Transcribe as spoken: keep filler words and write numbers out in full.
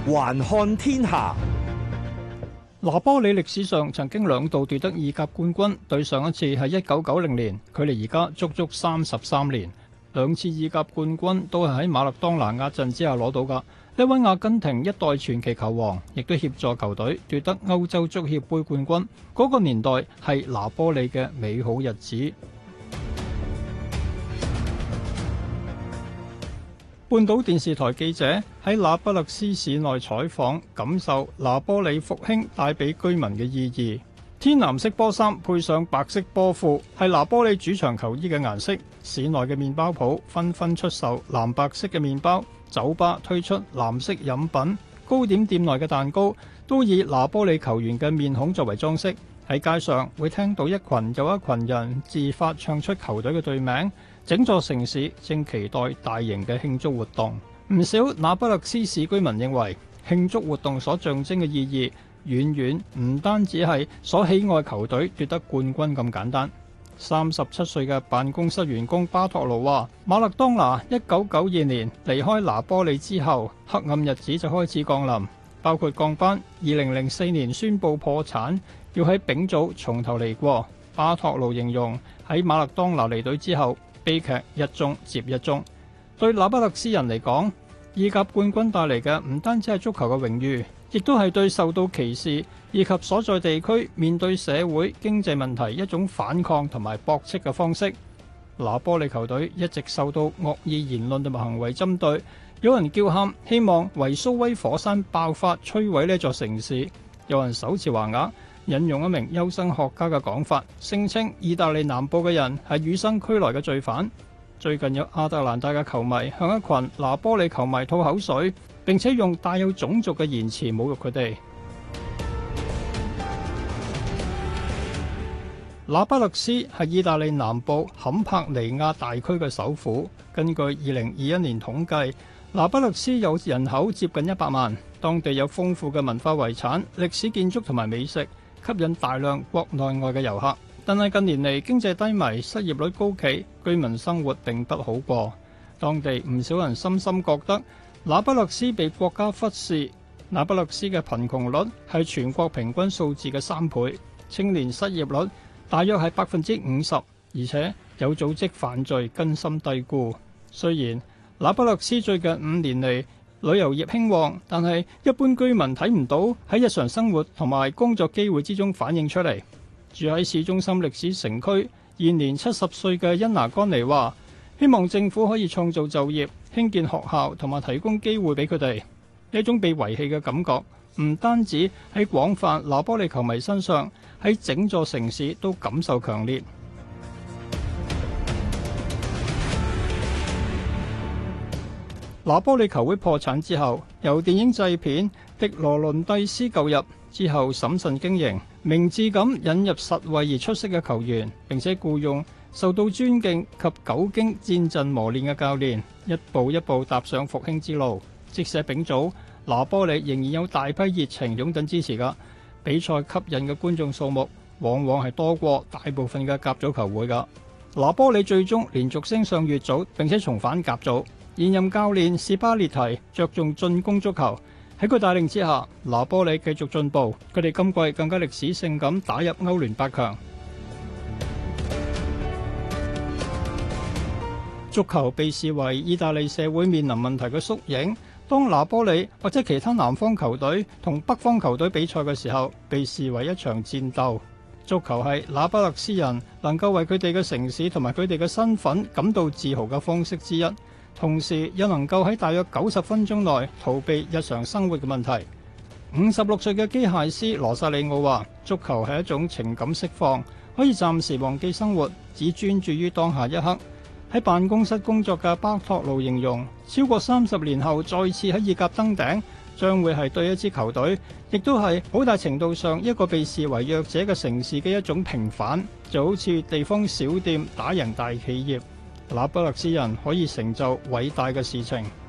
環看天下， 拿波里歷史上曾經兩度奪得意甲冠軍，對上一次係一九九零年，距離而家足足三十三年。兩次意甲冠軍都係喺馬勒當拿壓陣之下攞到㗎。呢位阿根廷一代傳奇球王，亦都協助球隊奪得歐洲足協盃冠軍。嗰、那個年代係拿波里嘅美好日子。半島電視台記者喺那不勒斯市內採訪，感受拿波里復興帶俾居民嘅意義。天藍色波衫配上白色波褲，係拿波里主場球衣嘅顏色。市內嘅麵包鋪紛紛出售藍白色嘅麵包，酒吧推出藍色飲品，糕點店內嘅蛋糕都以拿波里球員嘅面孔作為裝飾。喺街上會聽到一群又一群人自發唱出球隊嘅隊名。整座城市正期待大型嘅慶祝活動。唔少那不勒斯市居民認為，慶祝活動所象徵嘅意義遠遠唔單止係所喜愛球隊奪得冠軍咁簡單。三十七歲嘅辦公室員工巴托魯話，馬勒當拿一九九二年離開拿波里之後，黑暗日子就開始降臨，包括降班。二零零四年宣布破產，要喺丙組從頭嚟過。巴托魯形容喺馬勒當拿離隊之後，悲劇一宗接一宗。對那不勒斯人嚟講，意甲冠軍帶嚟嘅唔單止係足球嘅榮譽，亦都係對受到歧視以及所在地區面對社會經濟問題一種反抗同埋駁斥嘅方式。拿波里球隊一直受到惡意言論同埋行為針對，有人叫喊希望維蘇威火山爆發摧毀呢座城市，有人手持橫額引用一名優生學家嘅講法，聲稱意大利南部嘅人係與生俱來嘅罪犯。最近有亞特蘭大嘅球迷向一群拿波里球迷吐口水，並且用帶有種族嘅言辭侮辱佢哋。那不勒斯係意大利南部坎帕尼亞大區嘅首府。根據二零二一年統計，那不勒斯有人口接近一百萬，當地有豐富嘅文化遺產、歷史建築同埋美食，吸引大量國內外嘅遊客。但係近年嚟經濟低迷，失業率高企，居民生活並不好過。當地唔少人深深覺得那不勒斯被國家忽視。那不勒斯嘅貧窮率係全國平均數字嘅三倍，青年失業率大約係百分之五十，而且有組織犯罪根深蒂固。雖然那不勒斯最近五年嚟旅遊業興旺，但係一般居民睇唔到喺日常生活同埋工作機會之中反映出嚟。住喺市中心歷史城區，現年七十歲嘅恩拿干尼話，希望政府可以創造就業、興建學校同埋提供機會俾佢哋。呢種被遺棄嘅感覺唔單止喺廣泛拿波里球迷身上，喺整座城市都感受強烈。拿波里球會破產之後，由電影製片迪羅倫蒂斯購入之後，審慎經營，明智咁引入實惠而出色嘅球員，並且僱用受到尊敬及久經戰陣磨練嘅教練，一步一步踏上復興之路。即使丙組，拿波里仍然有大批熱情擁躉支持㗎。比賽吸引嘅觀眾數目往往係多過大部分嘅甲組球會㗎。拿波里最終連續升上乙組，並且重返甲組。現任教練史巴列提着重進攻足球，喺佢帶領之下，拿波里繼續進步。佢哋今季更加歷史性咁打入歐聯八強。足球被視為意大利社會面臨問題嘅縮影。當拿波里或者其他南方球隊同北方球隊比賽嘅時候，被視為一場戰鬥。足球係那不勒斯人能夠為佢哋嘅城市同埋佢哋嘅身份感到自豪嘅方式之一。同時又能夠喺大約九十分鐘內逃避日常生活嘅問題。五十六歲嘅機械師羅薩里奧話，足球係一種情感釋放，可以暫時忘記生活，只專注於當下一刻。喺辦公室工作嘅巴托魯形容，超過三十年後再次喺意甲登頂，將會係對一支球隊，亦都係好大程度上一個被視為弱者嘅城市嘅一種平反，就好似地方小店打贏大企業。那不勒斯人可以成就偉大嘅事情。